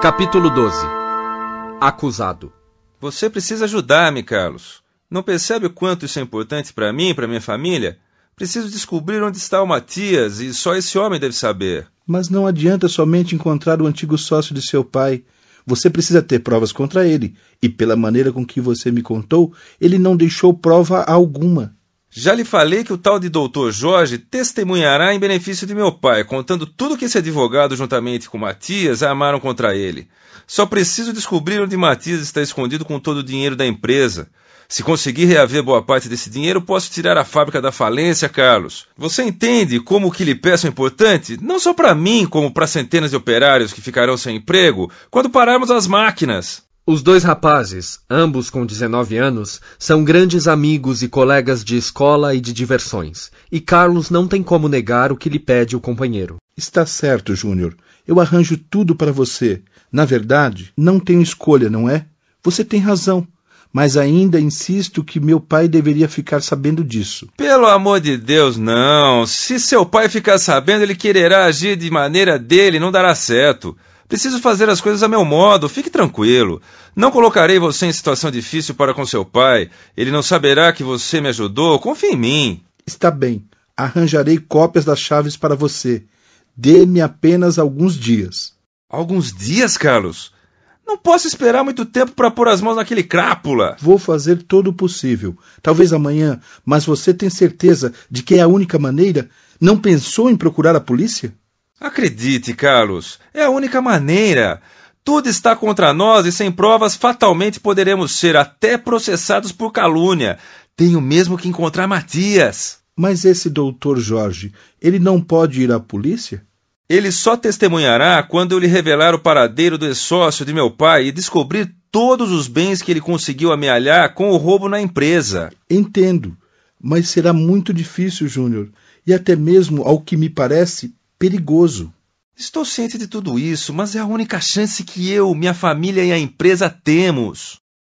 Capítulo 12. Acusado. Você precisa ajudar-me, Carlos. Não percebe o quanto isso é importante para mim e para minha família? Preciso descobrir onde está o Matias e só esse homem deve saber. Mas não adianta somente encontrar o antigo sócio de seu pai. Você precisa ter provas contra ele. E pela maneira com que você me contou, ele não deixou prova alguma. Já lhe falei que o tal de Dr. Jorge testemunhará em benefício de meu pai, contando tudo que esse advogado, juntamente com Matias, armaram contra ele. Só preciso descobrir onde Matias está escondido com todo o dinheiro da empresa. Se conseguir reaver boa parte desse dinheiro, posso tirar a fábrica da falência, Carlos. Você entende como o que lhe peço é importante? Não só para mim, como para centenas de operários que ficarão sem emprego quando pararmos as máquinas. Os dois rapazes, ambos com 19 anos, são grandes amigos e colegas de escola e de diversões, e Carlos não tem como negar o que lhe pede o companheiro. Está certo, Júnior. Eu arranjo tudo para você. Na verdade, não tenho escolha, não é? Você tem razão. Mas ainda insisto que meu pai deveria ficar sabendo disso. Pelo amor de Deus, não. Se seu pai ficar sabendo, ele quererá agir de maneira dele, não dará certo. Preciso fazer as coisas a meu modo, fique tranquilo. Não colocarei você em situação difícil para com seu pai. Ele não saberá que você me ajudou. Confie em mim. Está bem. Arranjarei cópias das chaves para você. Dê-me apenas alguns dias. Alguns dias, Carlos? Não posso esperar muito tempo para pôr as mãos naquele crápula. Vou fazer todo o possível. Talvez amanhã, mas você tem certeza de que é a única maneira? Não pensou em procurar a polícia? Acredite, Carlos, é a única maneira. Tudo está contra nós e sem provas fatalmente poderemos ser até processados por calúnia. Tenho mesmo que encontrar Matias. Mas esse doutor Jorge, ele não pode ir à polícia? Ele só testemunhará quando eu lhe revelar o paradeiro do ex-sócio de meu pai e descobrir todos os bens que ele conseguiu amealhar com o roubo na empresa. Entendo, mas será muito difícil, Júnior, e até mesmo, ao que me parece, perigoso. Estou ciente de tudo isso, mas é a única chance que eu, minha família e a empresa temos.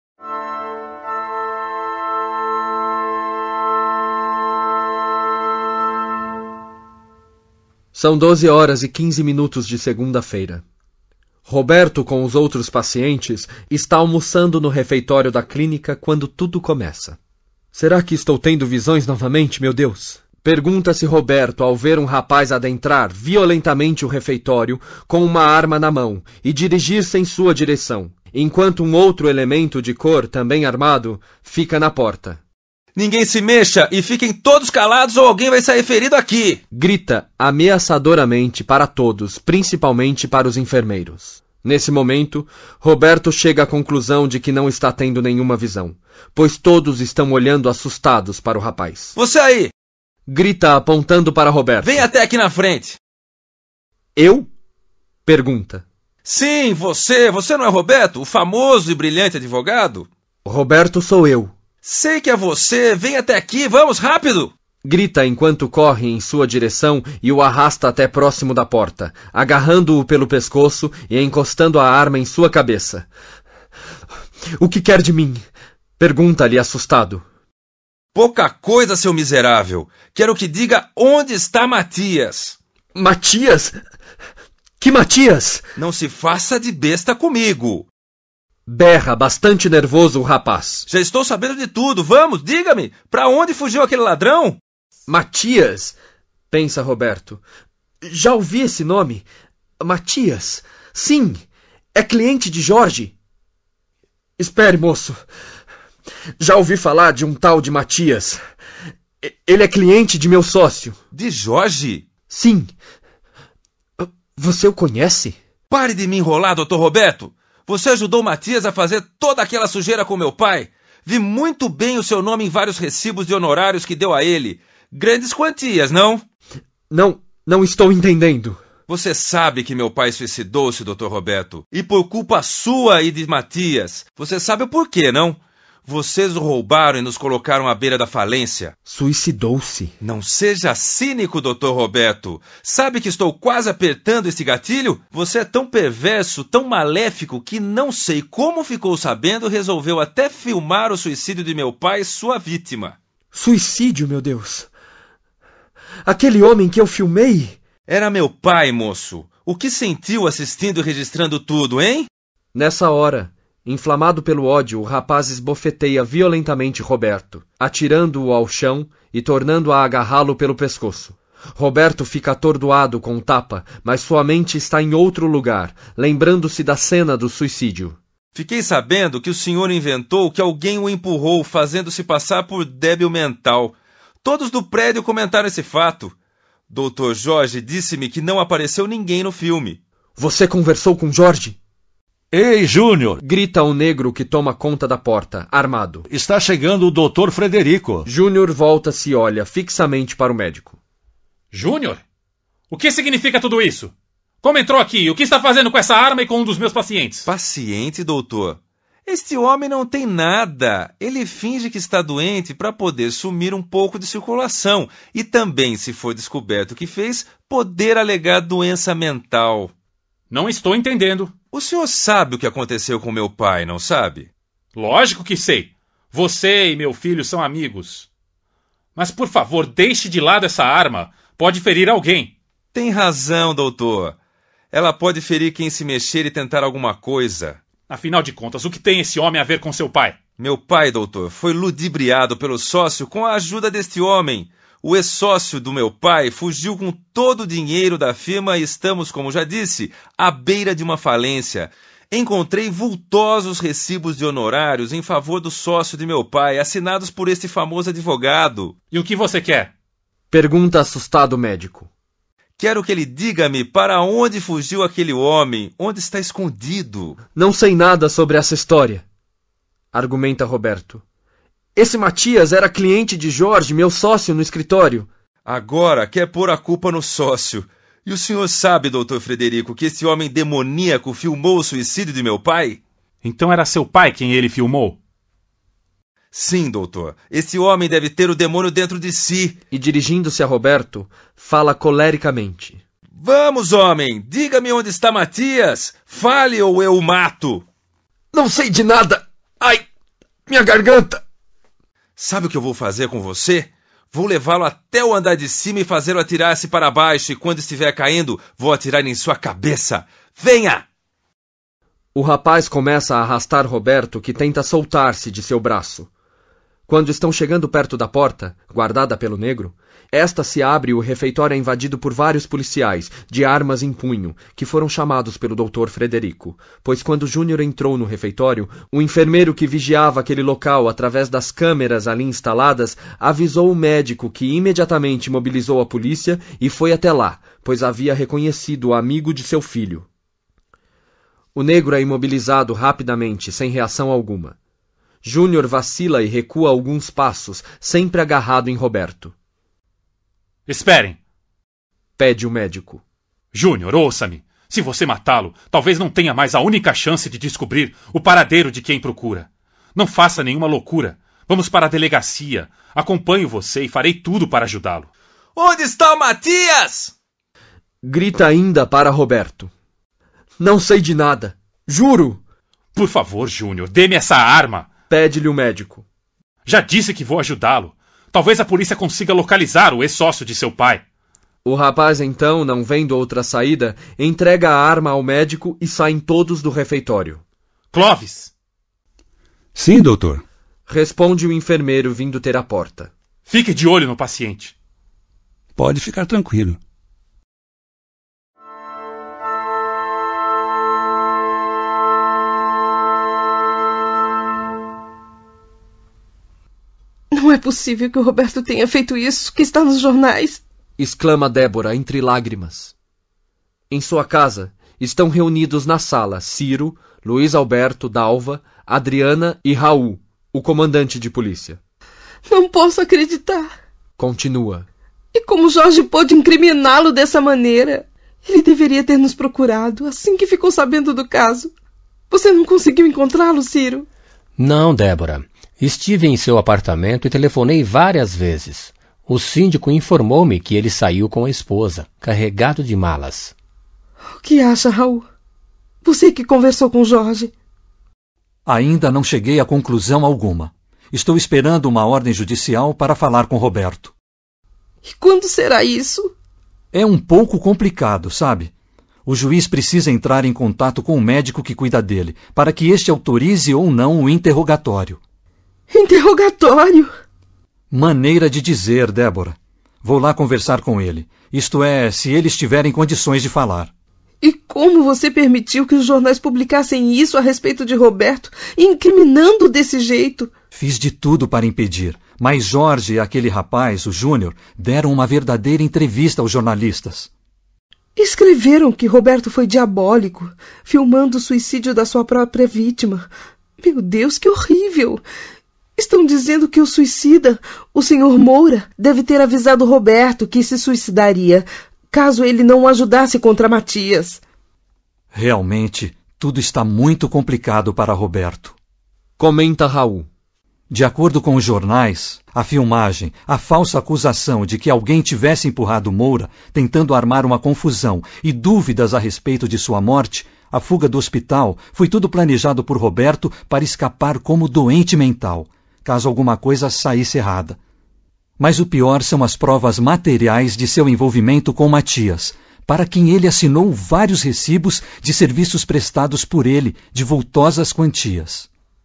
São 12h15 de segunda-feira. Roberto, com os outros pacientes, está almoçando no refeitório da clínica quando tudo começa. Será que estou tendo visões novamente, meu Deus? Pergunta-se Roberto ao ver um rapaz adentrar violentamente o refeitório com uma arma na mão e dirigir-se em sua direção, enquanto um outro elemento de cor, também armado, fica na porta. Ninguém se mexa e fiquem todos calados ou alguém vai sair ferido aqui! Grita ameaçadoramente para todos, principalmente para os enfermeiros. Nesse momento, Roberto chega à conclusão de que não está tendo nenhuma visão, pois todos estão olhando assustados para o rapaz. Você aí! Grita apontando para Roberto. Vem até aqui na frente! Eu? Pergunta. Sim, você! Você não é Roberto, o famoso e brilhante advogado? Roberto sou eu. Sei que é você! Vem até aqui, vamos, rápido! Grita enquanto corre em sua direção e o arrasta até próximo da porta, agarrando-o pelo pescoço e encostando a arma em sua cabeça. O que quer de mim? Pergunta-lhe assustado. Pouca coisa, seu miserável! Quero que diga onde está Matias! Matias? Que Matias? Não se faça de besta comigo! Berra, bastante nervoso, o rapaz. Já estou sabendo de tudo. Vamos, diga-me. Para onde fugiu aquele ladrão? Matias, pensa Roberto. Já ouvi esse nome. Matias. Sim, é cliente de Jorge. Espere, moço. Já ouvi falar de um tal de Matias. Ele é cliente de meu sócio. De Jorge? Sim. Você o conhece? Pare de me enrolar, Dr. Roberto. Você ajudou Matias a fazer toda aquela sujeira com meu pai. Vi muito bem o seu nome em vários recibos de honorários que deu a ele. Grandes quantias, não? Não estou entendendo. Você sabe que meu pai suicidou-se, Dr. Roberto. E por culpa sua e de Matias. Você sabe o porquê, não? Vocês o roubaram e nos colocaram à beira da falência. Suicidou-se? Não seja cínico, Dr. Roberto. Sabe que estou quase apertando esse gatilho? Você é tão perverso, tão maléfico, que não sei como ficou sabendo e resolveu até filmar o suicídio de meu pai, sua vítima. Suicídio, meu Deus? Aquele homem que eu filmei? Era meu pai, moço. O que sentiu assistindo e registrando tudo, hein? Nessa hora, inflamado pelo ódio, o rapaz esbofeteia violentamente Roberto, atirando-o ao chão e tornando a agarrá-lo pelo pescoço. Roberto fica atordoado com o tapa, mas sua mente está em outro lugar, lembrando-se da cena do suicídio. Fiquei sabendo que o senhor inventou que alguém o empurrou, fazendo-se passar por débil mental. Todos do prédio comentaram esse fato. Dr. Jorge disse-me que não apareceu ninguém no filme. Você conversou com Jorge? Ei, Júnior! Grita o negro que toma conta da porta, armado. Está chegando o Dr. Frederico. Júnior volta-se e olha fixamente para o médico. Júnior? O que significa tudo isso? Como entrou aqui? O que está fazendo com essa arma e com um dos meus pacientes? Paciente, doutor? Este homem não tem nada. Ele finge que está doente para poder sumir um pouco de circulação e também, se for descoberto o que fez, poder alegar doença mental. Não estou entendendo. O senhor sabe o que aconteceu com meu pai, não sabe? Lógico que sei. Você e meu filho são amigos. Mas, por favor, deixe de lado essa arma. Pode ferir alguém. Tem razão, doutor. Ela pode ferir quem se mexer e tentar alguma coisa. Afinal de contas, o que tem esse homem a ver com seu pai? Meu pai, doutor, foi ludibriado pelo sócio com a ajuda deste homem. O ex-sócio do meu pai fugiu com todo o dinheiro da firma e estamos, como já disse, à beira de uma falência. Encontrei vultosos recibos de honorários em favor do sócio de meu pai, assinados por este famoso advogado. E o que você quer? Pergunta assustado o médico. Quero que ele diga-me para onde fugiu aquele homem, onde está escondido. Não sei nada sobre essa história, argumenta Roberto. Esse Matias era cliente de Jorge, meu sócio no escritório. Agora quer pôr a culpa no sócio. E o senhor sabe, doutor Frederico, que esse homem demoníaco filmou o suicídio de meu pai? Então era seu pai quem ele filmou? Sim, doutor. Esse homem deve ter o demônio dentro de si. E dirigindo-se a Roberto, fala colericamente. Vamos, homem! Diga-me onde está Matias! Fale ou eu o mato! Não sei de nada! Ai! Minha garganta! Sabe o que eu vou fazer com você? Vou levá-lo até o andar de cima e fazê-lo atirar-se para baixo, e quando estiver caindo, vou atirar em sua cabeça. Venha! O rapaz começa a arrastar Roberto, que tenta soltar-se de seu braço. Quando estão chegando perto da porta, guardada pelo negro, esta se abre e o refeitório é invadido por vários policiais, de armas em punho, que foram chamados pelo Dr. Frederico, pois quando Júnior entrou no refeitório, o enfermeiro que vigiava aquele local através das câmeras ali instaladas avisou o médico, que imediatamente mobilizou a polícia e foi até lá, pois havia reconhecido o amigo de seu filho. O negro é imobilizado rapidamente, sem reação alguma. Júnior vacila e recua alguns passos, sempre agarrado em Roberto. Esperem! Pede o médico. Júnior, ouça-me. Se você matá-lo, talvez não tenha mais a única chance de descobrir o paradeiro de quem procura. Não faça nenhuma loucura. Vamos para a delegacia. Acompanho você e farei tudo para ajudá-lo. Onde está o Matias? Grita ainda para Roberto. Não sei de nada. Juro! Por favor, Júnior, dê-me essa arma. Pede-lhe o médico. Já disse que vou ajudá-lo. Talvez a polícia consiga localizar o ex-sócio de seu pai. O rapaz, então, não vendo outra saída, entrega a arma ao médico e saem todos do refeitório. Clóvis! Sim, doutor. Responde o enfermeiro vindo ter a porta. Fique de olho no paciente. Pode ficar tranquilo. Não é possível que o Roberto tenha feito isso, que está nos jornais. Exclama Débora entre lágrimas. Em sua casa estão reunidos na sala Ciro, Luiz Alberto, Dalva, Adriana e Raul, o comandante de polícia. Não posso acreditar. Continua. E como Jorge pôde incriminá-lo dessa maneira? Ele deveria ter nos procurado assim que ficou sabendo do caso. Você não conseguiu encontrá-lo, Ciro? Não, Débora. Estive em seu apartamento e telefonei várias vezes. O síndico informou-me que ele saiu com a esposa, carregado de malas. O que acha, Raul? Você que conversou com Jorge. Ainda não cheguei a conclusão alguma. Estou esperando uma ordem judicial para falar com Roberto. E quando será isso? É um pouco complicado, sabe? O juiz precisa entrar em contato com o médico que cuida dele, para que este autorize ou não o interrogatório. Interrogatório? Maneira de dizer, Débora. Vou lá conversar com ele. Isto é, se ele estiver em condições de falar. E como você permitiu que os jornais publicassem isso a respeito de Roberto, incriminando desse jeito? Fiz de tudo para impedir, mas Jorge e aquele rapaz, o Júnior, deram uma verdadeira entrevista aos jornalistas. Escreveram que Roberto foi diabólico, filmando o suicídio da sua própria vítima. Meu Deus, que horrível! Estão dizendo que o suicida, o Sr. Moura, deve ter avisado Roberto que se suicidaria, caso ele não o ajudasse contra Matias. Realmente, tudo está muito complicado para Roberto. Comenta Raul. De acordo com os jornais, a filmagem, a falsa acusação de que alguém tivesse empurrado Moura, tentando armar uma confusão e dúvidas a respeito de sua morte, a fuga do hospital, foi tudo planejado por Roberto para escapar como doente mental, caso alguma coisa saísse errada. Mas o pior são as provas materiais de seu envolvimento com Matias, para quem ele assinou vários recibos de serviços prestados por ele, de vultosas quantias.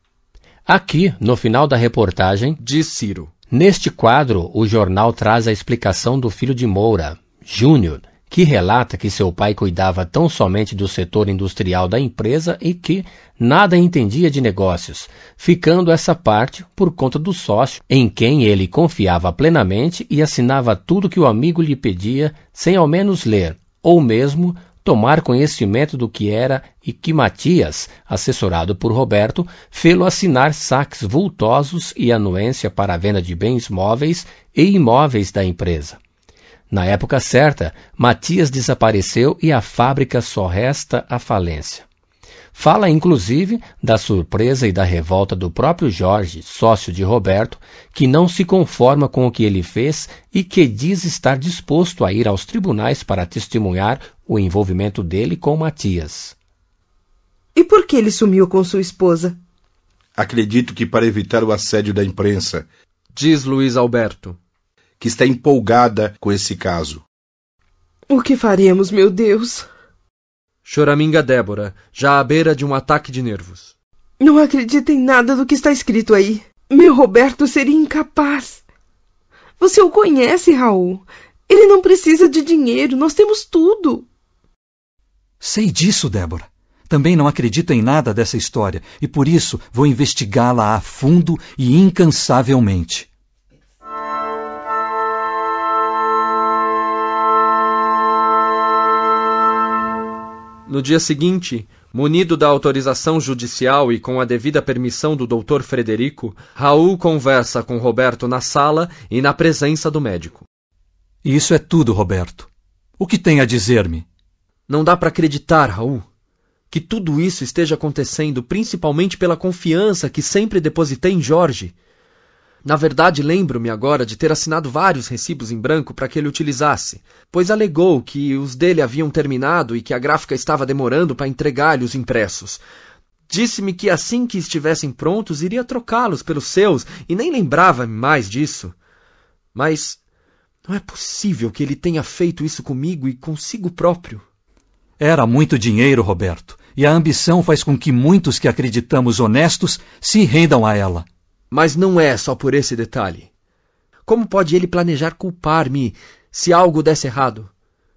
Aqui, no final da reportagem, diz Ciro. Neste quadro, o jornal traz a explicação do filho de Moura, Júnior, que relata que seu pai cuidava tão somente do setor industrial da empresa e que nada entendia de negócios, ficando essa parte por conta do sócio, em quem ele confiava plenamente e assinava tudo que o amigo lhe pedia, sem ao menos ler, ou mesmo tomar conhecimento do que era e que Matias, assessorado por Roberto, fê-lo assinar saques vultosos e anuência para a venda de bens móveis e imóveis da empresa. Na época certa, Matias desapareceu e a fábrica só resta à falência. Fala, inclusive, da surpresa e da revolta do próprio Jorge, sócio de Roberto, que não se conforma com o que ele fez e que diz estar disposto a ir aos tribunais para testemunhar o envolvimento dele com Matias. E por que ele sumiu com sua esposa? Acredito que para evitar o assédio da imprensa, diz Luiz Alberto, que está empolgada com esse caso. O que faremos, meu Deus? Choraminga Débora, já à beira de um ataque de nervos. Não acredito em nada do que está escrito aí. Meu Roberto seria incapaz. Você o conhece, Raul. Ele não precisa de dinheiro, nós temos tudo. Sei disso, Débora. Também não acredito em nada dessa história e por isso vou investigá-la a fundo e incansavelmente. No dia seguinte, munido da autorização judicial e com a devida permissão do Dr. Frederico, Raul conversa com Roberto na sala e na presença do médico. Isso é tudo, Roberto. O que tem a dizer-me? Não dá para acreditar, Raul, que tudo isso esteja acontecendo principalmente pela confiança que sempre depositei em Jorge. Na verdade, lembro-me agora de ter assinado vários recibos em branco para que ele utilizasse, pois alegou que os dele haviam terminado e que a gráfica estava demorando para entregar-lhe os impressos. Disse-me que assim que estivessem prontos iria trocá-los pelos seus e nem lembrava-me mais disso. Mas não é possível que ele tenha feito isso comigo e consigo próprio. Era muito dinheiro, Roberto, e a ambição faz com que muitos que acreditamos honestos se rendam a ela. Mas não é só por esse detalhe. Como pode ele planejar culpar-me se algo desse errado?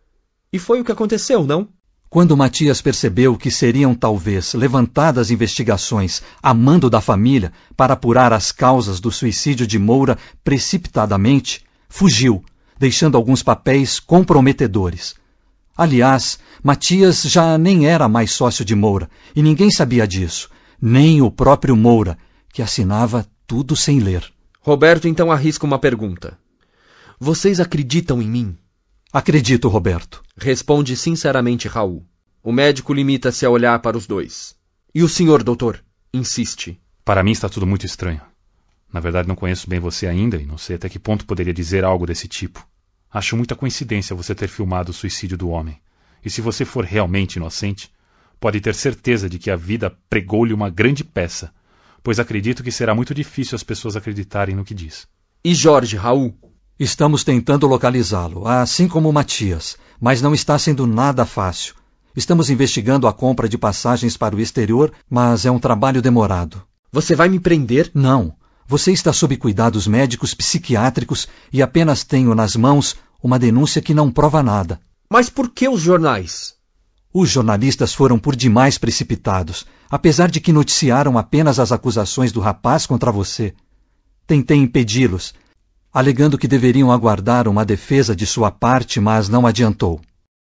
E foi o que aconteceu, não? Quando Matias percebeu que seriam talvez levantadas investigações a mando da família para apurar as causas do suicídio de Moura precipitadamente, fugiu, deixando alguns papéis comprometedores. Aliás, Matias já nem era mais sócio de Moura, e ninguém sabia disso, nem o próprio Moura, que assinava tudo sem ler. Roberto então arrisca uma pergunta. Vocês acreditam em mim? Acredito, Roberto. Responde sinceramente Raul. O médico limita-se a olhar para os dois. E o senhor, doutor? Insiste. Para mim está tudo muito estranho. Na verdade, não conheço bem você ainda e não sei até que ponto poderia dizer algo desse tipo. Acho muita coincidência você ter filmado o suicídio do homem. E se você for realmente inocente, pode ter certeza de que a vida pregou-lhe uma grande peça, pois acredito que será muito difícil as pessoas acreditarem no que diz. E Jorge, Raul? Estamos tentando localizá-lo, assim como Matias, mas não está sendo nada fácil. Estamos investigando a compra de passagens para o exterior, mas é um trabalho demorado. Você vai me prender? Não. Você está sob cuidados médicos psiquiátricos e apenas tenho nas mãos uma denúncia que não prova nada. Mas por que os jornais? Os jornalistas foram por demais precipitados, apesar de que noticiaram apenas as acusações do rapaz contra você. Tentei impedi-los, alegando que deveriam aguardar uma defesa de sua parte, mas não adiantou.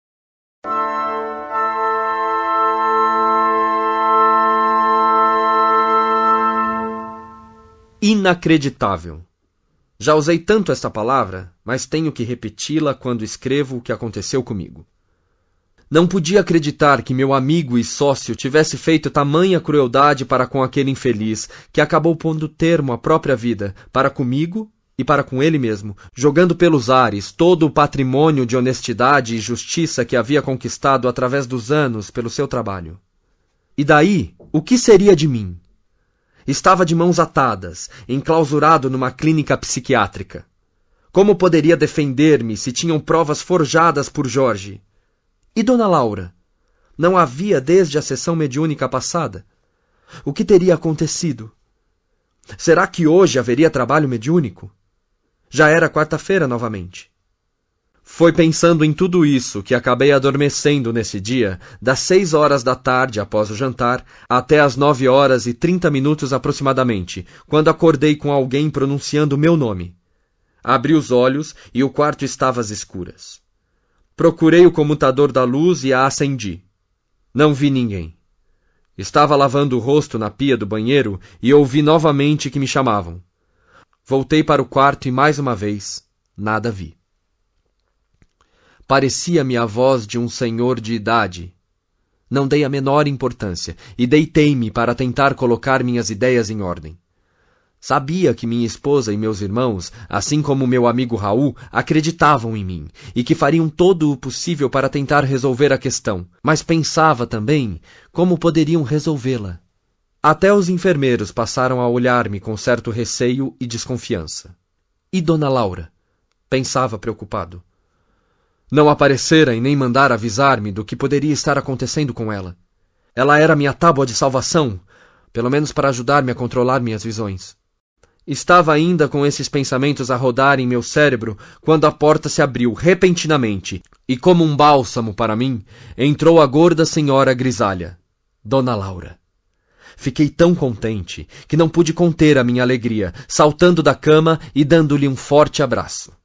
Inacreditável. Já usei tanto esta palavra, mas tenho que repeti-la quando escrevo o que aconteceu comigo. Não podia acreditar que meu amigo e sócio tivesse feito tamanha crueldade para com aquele infeliz, que acabou pondo termo à própria vida, para comigo e para com ele mesmo, jogando pelos ares todo o patrimônio de honestidade e justiça que havia conquistado através dos anos pelo seu trabalho. E daí, o que seria de mim? Estava de mãos atadas, enclausurado numa clínica psiquiátrica. Como poderia defender-me se tinham provas forjadas por Jorge? E Dona Laura? Não havia desde a sessão mediúnica passada? O que teria acontecido? Será que hoje haveria trabalho mediúnico? Já era quarta-feira novamente. Foi pensando em tudo isso que acabei adormecendo nesse dia, das 6 horas da tarde após o jantar, até as 9 horas e 30 minutos aproximadamente, quando acordei com alguém pronunciando meu nome. Abri os olhos e o quarto estava às escuras. Procurei o comutador da luz e a acendi. Não vi ninguém. Estava lavando o rosto na pia do banheiro e ouvi novamente que me chamavam. Voltei para o quarto e mais uma vez, nada vi. Parecia-me a voz de um senhor de idade. Não dei a menor importância e deitei-me para tentar colocar minhas ideias em ordem. Sabia que minha esposa e meus irmãos, assim como meu amigo Raul, acreditavam em mim e que fariam todo o possível para tentar resolver a questão, mas pensava também como poderiam resolvê-la. Até os enfermeiros passaram a olhar-me com certo receio e desconfiança. E Dona Laura? Pensava preocupado. Não aparecera e nem mandara avisar-me do que poderia estar acontecendo com ela. Ela era minha tábua de salvação, pelo menos para ajudar-me a controlar minhas visões. Estava ainda com esses pensamentos a rodar em meu cérebro quando a porta se abriu repentinamente e, como um bálsamo para mim, entrou a gorda senhora grisalha, Dona Laura. Fiquei tão contente que não pude conter a minha alegria, saltando da cama e dando-lhe um forte abraço.